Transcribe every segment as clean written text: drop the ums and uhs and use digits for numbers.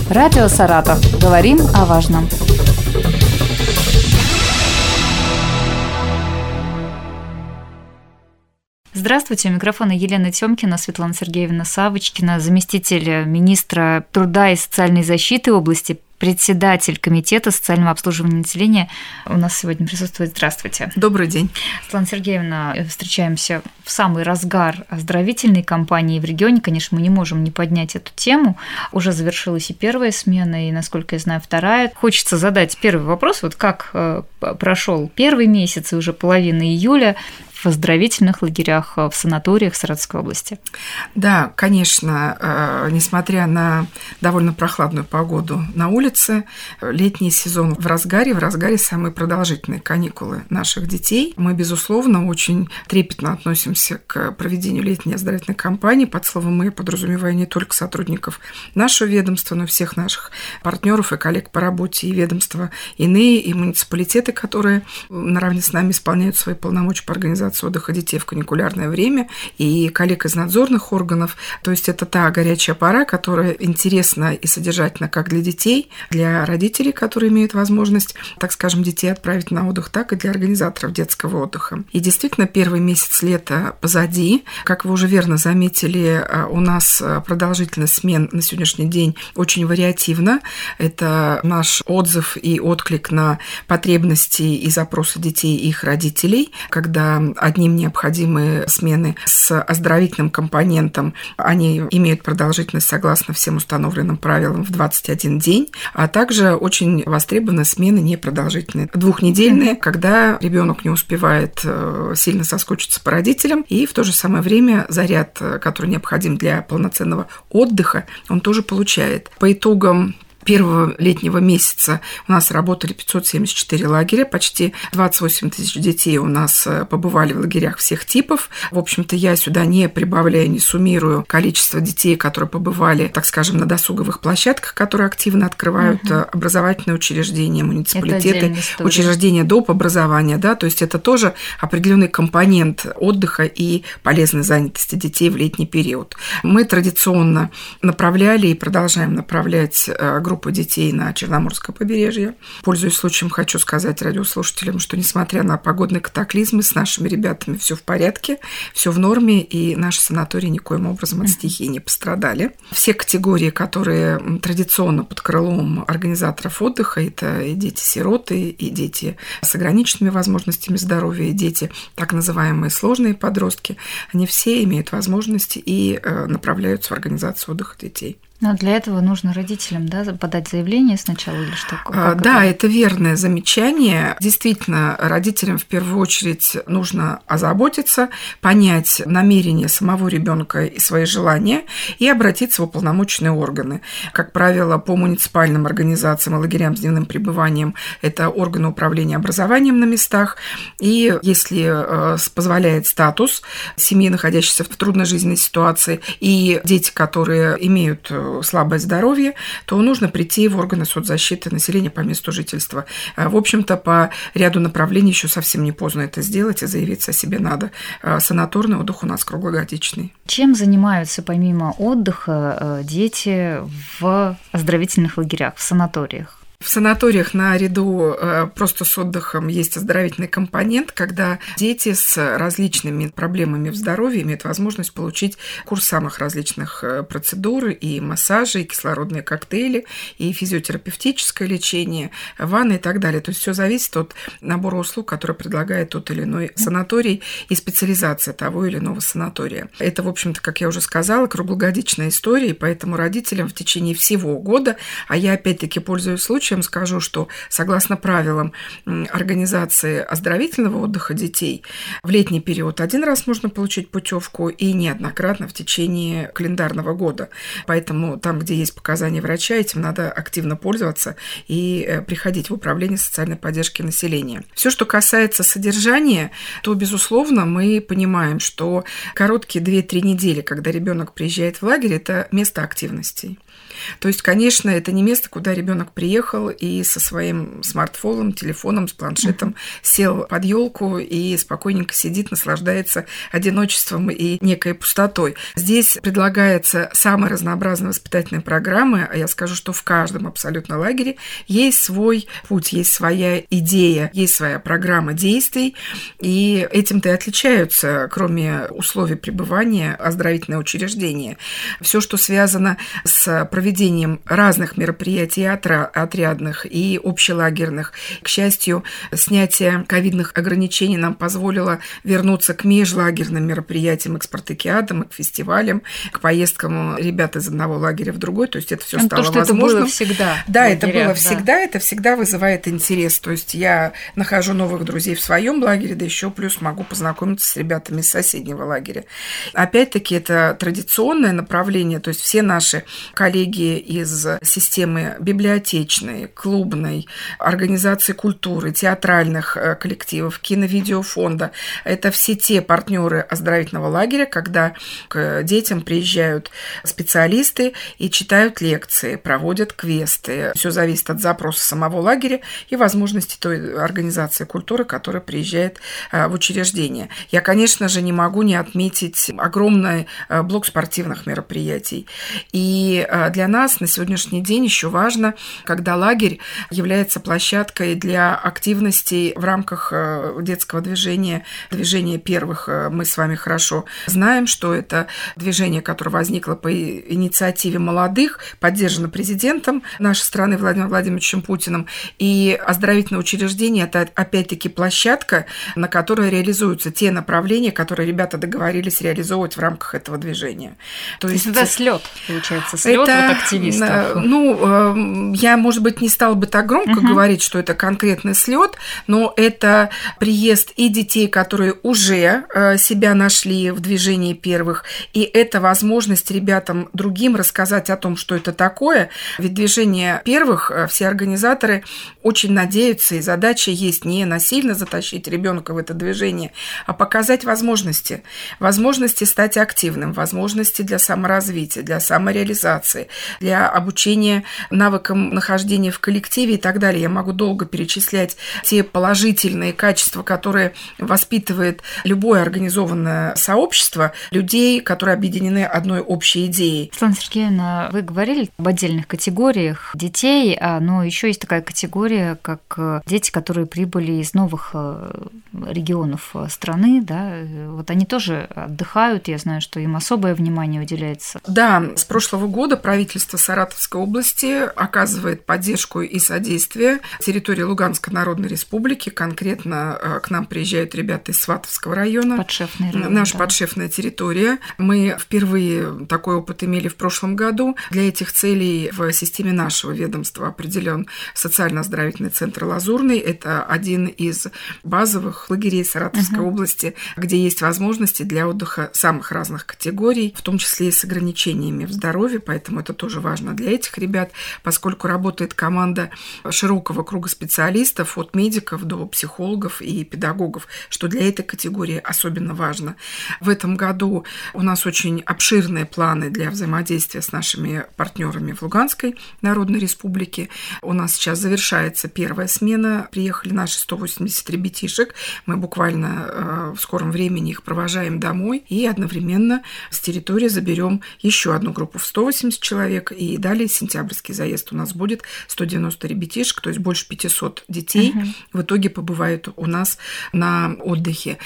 Радио «Саратов». Говорим о важном. Здравствуйте, у микрофона Елена Тёмкина, Светлана Сергеевна Савочкина, заместитель министра труда и социальной защиты области, председатель комитета социального обслуживания населения у нас сегодня присутствует. Здравствуйте. Добрый день. Светлана Сергеевна, встречаемся в самый разгар оздоровительной кампании в регионе. Конечно, мы не можем не поднять эту тему. Уже завершилась и первая смена, и, насколько я знаю, вторая. Хочется задать первый вопрос. Вот как прошел первый месяц и уже половина июля в оздоровительных лагерях, в санаториях Саратовской области? Да, конечно, несмотря на довольно прохладную погоду на улице, летний сезон в разгаре самые продолжительные каникулы наших детей. Мы, безусловно, очень трепетно относимся к проведению летней оздоровительной кампании. Под словом «мы» я подразумеваю не только сотрудников нашего ведомства, но и всех наших партнеров и коллег по работе, и ведомства иные, и муниципалитеты, которые наравне с нами исполняют свои полномочия по организации отдыха детей в каникулярное время, и коллег из надзорных органов. То есть это та горячая пора, которая интересна и содержательна как для детей, для родителей, которые имеют возможность, так скажем, детей отправить на отдых, так и для организаторов детского отдыха. И действительно, первый месяц лета позади. Как вы уже верно заметили, у нас продолжительность смен на сегодняшний день очень вариативна. Это наш отзыв и отклик на потребности и запросы детей и их родителей, когда одним необходимы смены с оздоровительным компонентом. Они имеют продолжительность согласно всем установленным правилам в 21 день, а также очень востребованы смены непродолжительные, двухнедельные, когда ребенок не успевает сильно соскучиться по родителям, и в то же самое время заряд, который необходим для полноценного отдыха, он тоже получает. По итогам первого летнего месяца у нас работали 574 лагеря, почти 28 тысяч детей у нас побывали в лагерях всех типов. В общем-то, я сюда не прибавляю, не суммирую количество детей, которые побывали, так скажем, на досуговых площадках, которые активно открывают образовательные учреждения, муниципалитеты, учреждения доп. Образования. Да? То есть это тоже определенный компонент отдыха и полезной занятости детей в летний период. Мы традиционно направляли и продолжаем направлять группу детей на Черноморское побережье. Пользуясь случаем, хочу сказать радиослушателям, что несмотря на погодные катаклизмы, с нашими ребятами все в порядке, все в норме, и наши санатории никоим образом от стихии не пострадали. Все категории, которые традиционно под крылом организаторов отдыха, это и дети-сироты, и дети с ограниченными возможностями здоровья, и дети, так называемые сложные подростки, они все имеют возможности и направляются в организацию отдыха детей. Но для этого нужно родителям, да, подать заявление сначала или что? Да, это верное замечание. Действительно, родителям в первую очередь нужно озаботиться, понять намерение самого ребенка и свои желания и обратиться в уполномоченные органы. Как правило, по муниципальным организациям и лагерям с дневным пребыванием это органы управления образованием на местах. И если позволяет статус семьи, находящейся в трудной жизненной ситуации, и дети, которые имеют слабое здоровье, то нужно прийти в органы соцзащиты населения по месту жительства. В общем-то, по ряду направлений еще совсем не поздно это сделать, и заявиться о себе надо. Санаторный отдых у нас круглогодичный. Чем занимаются помимо отдыха дети в оздоровительных лагерях, в санаториях? В санаториях наряду просто с отдыхом есть оздоровительный компонент, когда дети с различными проблемами в здоровье имеют возможность получить курс самых различных процедур, и массажи, и кислородные коктейли, и физиотерапевтическое лечение, ванны и так далее. То есть все зависит от набора услуг, которые предлагает тот или иной санаторий, и специализация того или иного санатория. Это, в общем-то, как я уже сказала, круглогодичная история, и поэтому родителям в течение всего года, а я опять-таки пользуюсь случаем, скажу, что согласно правилам организации оздоровительного отдыха детей, в летний период один раз можно получить путевку и неоднократно в течение календарного года. Поэтому там, где есть показания врача, этим надо активно пользоваться и приходить в управление социальной поддержки населения. Все, что касается содержания, то, безусловно, мы понимаем, что короткие 2-3 недели, когда ребенок приезжает в лагерь, это место активностей. То есть, конечно, это не место, куда ребенок приехал, приехал и со своим смартфоном, телефоном, с планшетом сел под елку и спокойненько сидит, наслаждается одиночеством и некой пустотой. Здесь предлагается самая разнообразная воспитательная программа, а я скажу, что в каждом абсолютно лагере есть свой путь, есть своя идея, есть своя программа действий, и этим-то и отличаются, кроме условий пребывания, оздоровительные учреждения. Все, что связано с проведением разных мероприятий отрядных и общелагерных. К счастью, снятие ковидных ограничений нам позволило вернуться к межлагерным мероприятиям, к спартакиадам, к фестивалям, к поездкам ребят из одного лагеря в другой. То есть это все стало возможным. Это было всегда. Да, это было всегда, это всегда вызывает интерес. То есть я нахожу новых друзей в своем лагере, да еще плюс могу познакомиться с ребятами из соседнего лагеря. Опять-таки, это традиционное направление, то есть все наши коллеги из системы библиотечной, клубной, организации культуры, театральных коллективов, кино-видеофонда, это все те партнеры оздоровительного лагеря, когда к детям приезжают специалисты и читают лекции, проводят квесты. Все зависит от запроса самого лагеря и возможности той организации культуры, которая приезжает в учреждение. Я, конечно же, не могу не отметить огромный блок спортивных мероприятий. И для нас на сегодняшний день еще важно, когда лагерь является площадкой для активностей в рамках детского движения первых. Мы с вами хорошо знаем, что это движение, которое возникло по инициативе молодых, поддержано президентом нашей страны Владимиром Владимировичем Путиным. И оздоровительное учреждение – это опять-таки площадка, на которой реализуются те направления, которые ребята договорились реализовывать в рамках этого движения. То есть это слет, получается, слет активистов. Я, может быть, не стала бы так громко говорить, что это конкретный слет, но это приезд и детей, которые уже себя нашли в движении первых, и это возможность ребятам другим рассказать о том, что это такое. Ведь движение первых, все организаторы очень надеются, и задача есть не насильно затащить ребенка в это движение, а показать возможности стать активным, возможности для саморазвития, для самореализации, для обучения навыкам нахождения в коллективе и так далее. Я могу долго перечислять те положительные качества, которые воспитывает любое организованное сообщество людей, которые объединены одной общей идеей. Светлана Сергеевна, вы говорили об отдельных категориях детей, но еще есть такая категория, как дети, которые прибыли из новых регионов страны, да, вот они тоже отдыхают, я знаю, что им особое внимание уделяется. Да, с прошлого года правительство Саратовской области оказывает поддержку и содействие территории Луганской Народной Республики, конкретно к нам приезжают ребята из Сватовского района. Подшефный район. Наша подшефная территория. Мы впервые такой опыт имели в прошлом году. Для этих целей в системе нашего ведомства определен социально-оздоровительный центр «Лазурный». Это один из базовых лагерей Саратовской области, где есть возможности для отдыха самых разных категорий, в том числе и с ограничениями в здоровье, поэтому это тоже важно для этих ребят, поскольку работает команда широкого круга специалистов, от медиков до психологов и педагогов, что для этой категории особенно важно. В этом году у нас очень обширные планы для взаимодействия с нашими партнерами в Луганской Народной Республике. У нас сейчас завершается первая смена. Приехали наши 180 ребятишек. Мы буквально в скором времени их провожаем домой и одновременно с территории заберем еще одну группу в 180 человек. И далее сентябрьский заезд у нас будет 190 ребятишек, то есть больше 500 детей в итоге побывают у нас на отдыхе.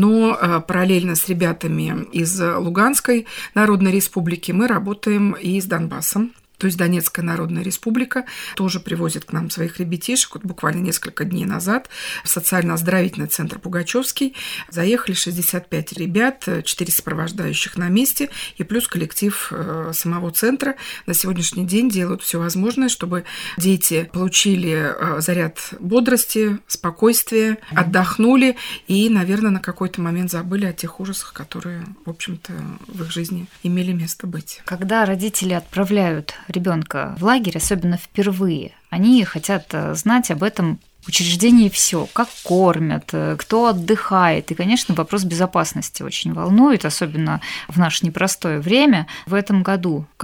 Но параллельно с ребятами из Луганской Народной Республики мы работаем и с Донбассом. То есть Донецкая Народная Республика тоже привозит к нам своих ребятишек. Вот буквально несколько дней назад в социально-оздоровительный центр Пугачевский заехали 65 ребят, 4 сопровождающих на месте, и плюс коллектив самого центра. На сегодняшний день делают все возможное, чтобы дети получили заряд бодрости, спокойствия, отдохнули и, наверное, на какой-то момент забыли о тех ужасах, которые, в общем-то, в их жизни имели место быть. Когда родители отправляют ребенка в лагерь, особенно впервые, они хотят знать об этом учреждении все, как кормят, кто отдыхает. И, конечно, вопрос безопасности очень волнует, особенно в наше непростое время. В этом году как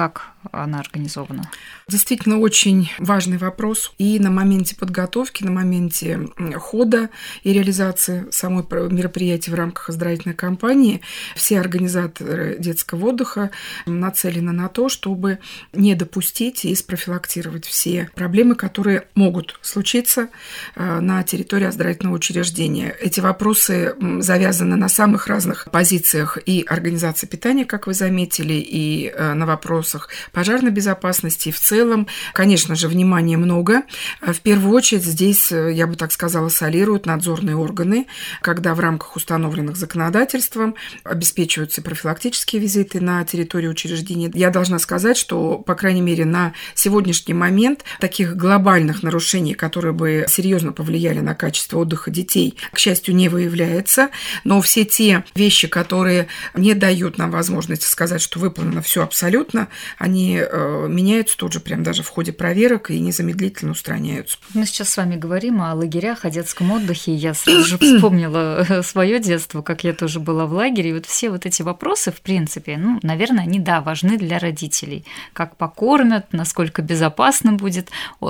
она организована? Действительно, очень важный вопрос. И на моменте подготовки, на моменте хода и реализации самой мероприятия в рамках оздоровительной кампании все организаторы детского отдыха нацелены на то, чтобы не допустить и спрофилактировать все проблемы, которые могут случиться на территории оздоровительного учреждения. Эти вопросы завязаны на самых разных позициях и организации питания, как вы заметили, и на вопросах пожарной безопасности. И в целом, конечно же, внимания много. В первую очередь здесь, я бы так сказала, солируют надзорные органы, когда в рамках установленных законодательством обеспечиваются профилактические визиты на территорию учреждения. Я должна сказать, что, по крайней мере, на сегодняшний момент таких глобальных нарушений, которые бы серьезно повлияли на качество отдыха детей, к счастью, не выявляется. Но все те вещи, которые не дают нам возможности сказать, что выполнено все абсолютно, они меняются тут же, прям даже в ходе проверок, и незамедлительно устраняются. Мы сейчас с вами говорим о лагерях, о детском отдыхе. Я сразу же вспомнила свое детство, как я тоже была в лагере. И вот все вот эти вопросы, в принципе, наверное, они, да, важны для родителей. Как покормят, насколько безопасен будет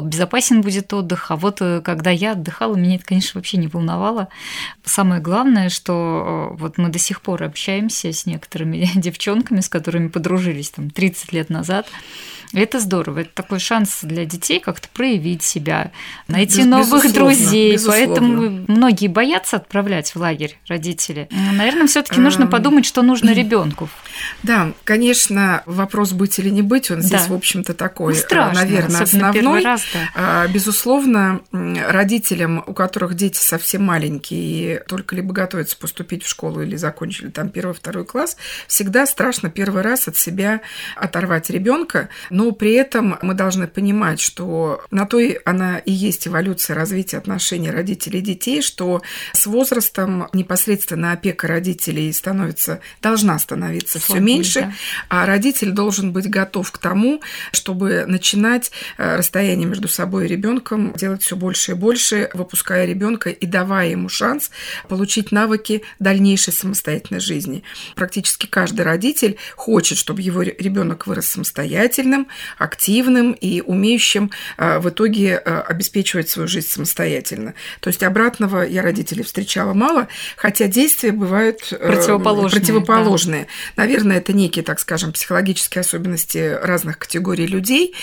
отдых. А вот когда я отдыхала, меня это, конечно, вообще не волновало. Самое главное, что вот мы до сих пор общаемся с некоторыми девчонками, с которыми подружились там 30 лет назад. Это здорово. Это такой шанс для детей как-то проявить себя, найти новых друзей. Безусловно. Поэтому многие боятся отправлять в лагерь родители. Наверное, все-таки нужно подумать, что нужно ребенку. Да, конечно, вопрос быть или не быть, он здесь, в общем-то, такой, страшно, наверное, основной. Раз, да. Безусловно, родителям, у которых дети совсем маленькие и только либо готовятся поступить в школу или закончили там 1-2 класс, всегда страшно первый раз от себя оторвать ребенка. Но при этом мы должны понимать, что на то она и есть эволюция развития отношений родителей и детей, что с возрастом непосредственно опека родителей должна становиться все меньше, да. А родитель должен быть готов к тому, чтобы начинать расстояние между собой и ребенком делать все больше и больше, выпуская ребенка и давая ему шанс получить навыки дальнейшей самостоятельной жизни. Практически каждый родитель хочет, чтобы его ребенок вырос самостоятельным, активным и умеющим в итоге обеспечивать свою жизнь самостоятельно. То есть обратного я родителей встречала мало, хотя действия бывают противоположные. Да. Наверное, это некие, так скажем, психологические особенности разных категорий людей.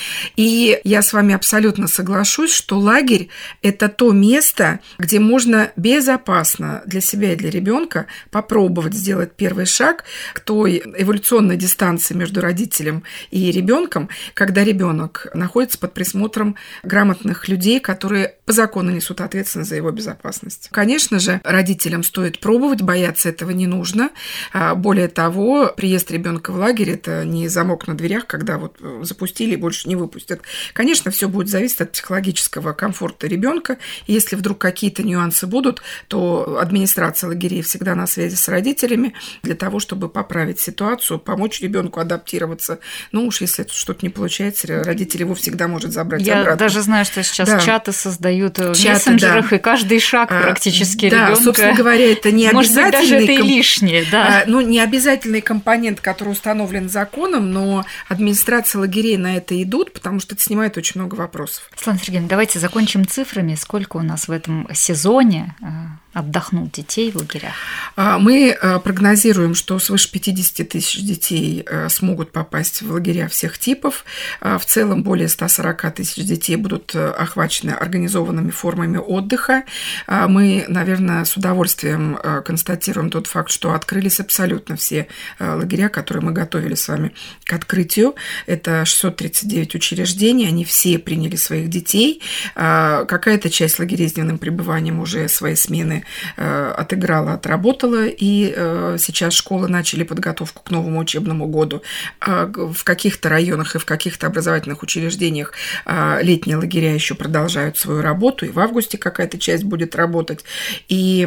И я с вами абсолютно соглашусь, что лагерь – это то место, где можно безопасно для себя и для ребенка попробовать сделать первый шаг к той эволюционной дистанции между родителем и ребенком, когда ребенок находится под присмотром грамотных людей, которые по закону несут ответственность за его безопасность. Конечно же, родителям стоит пробовать, бояться этого не нужно. Более того, приезд ребенка в лагерь – это не замок на дверях, когда вот запустили и больше не выпустят. Конечно, все будет зависеть от психологического комфорта ребенка. И если вдруг какие-то нюансы будут, то администрация лагерей всегда на связи с родителями для того, чтобы поправить ситуацию, помочь ребенку адаптироваться. Ну уж если что-то не получается, родитель его всегда может забрать обратно. Я даже знаю, что сейчас чаты создают в мессенджерах, и каждый шаг практически ребенка. Да, собственно говоря, это не может быть, даже это и лишнее, да. Не обязательный компонент, который установлен законом, но администрация лагерей на это идут, потому что это снимает очень много вопросов. Светлана Сергеевна, давайте закончим цифрами. Сколько у нас в этом сезоне отдохнут детей в лагерях? Мы прогнозируем, что свыше 50 тысяч детей смогут попасть в лагеря всех типов. В целом более 140 тысяч детей будут охвачены организованными формами отдыха. Мы, наверное, с удовольствием констатируем тот факт, что открылись абсолютно все лагеря, которые мы готовили с вами к открытию. Это 639 учреждений, они все приняли своих детей. Какая-то часть лагерей с дневным пребыванием уже свои смены отыграла, отработала, и сейчас школы начали подготовку к новому учебному году. В каких-то районах и в каких-то образовательных учреждениях летние лагеря еще продолжают свою работу, и в августе какая-то часть будет работать. И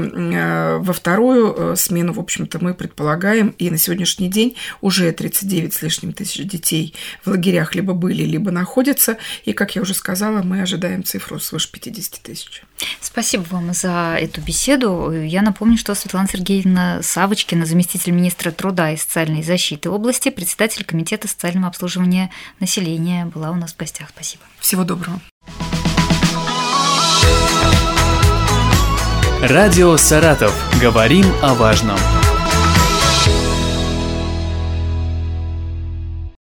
во вторую смену, в общем-то, мы предполагаем, и на сегодняшний день уже 39 с лишним тысяч детей в лагерях либо были, либо находятся, и, как я уже сказала, мы ожидаем цифру свыше 50 тысяч. Спасибо вам за эту беседу. беседу. Я напомню, что Светлана Сергеевна Савочкина, заместитель министра труда и социальной защиты области, председатель комитета социального обслуживания населения, была у нас в гостях. Спасибо. Всего доброго. Радио «Саратов». Говорим о важном.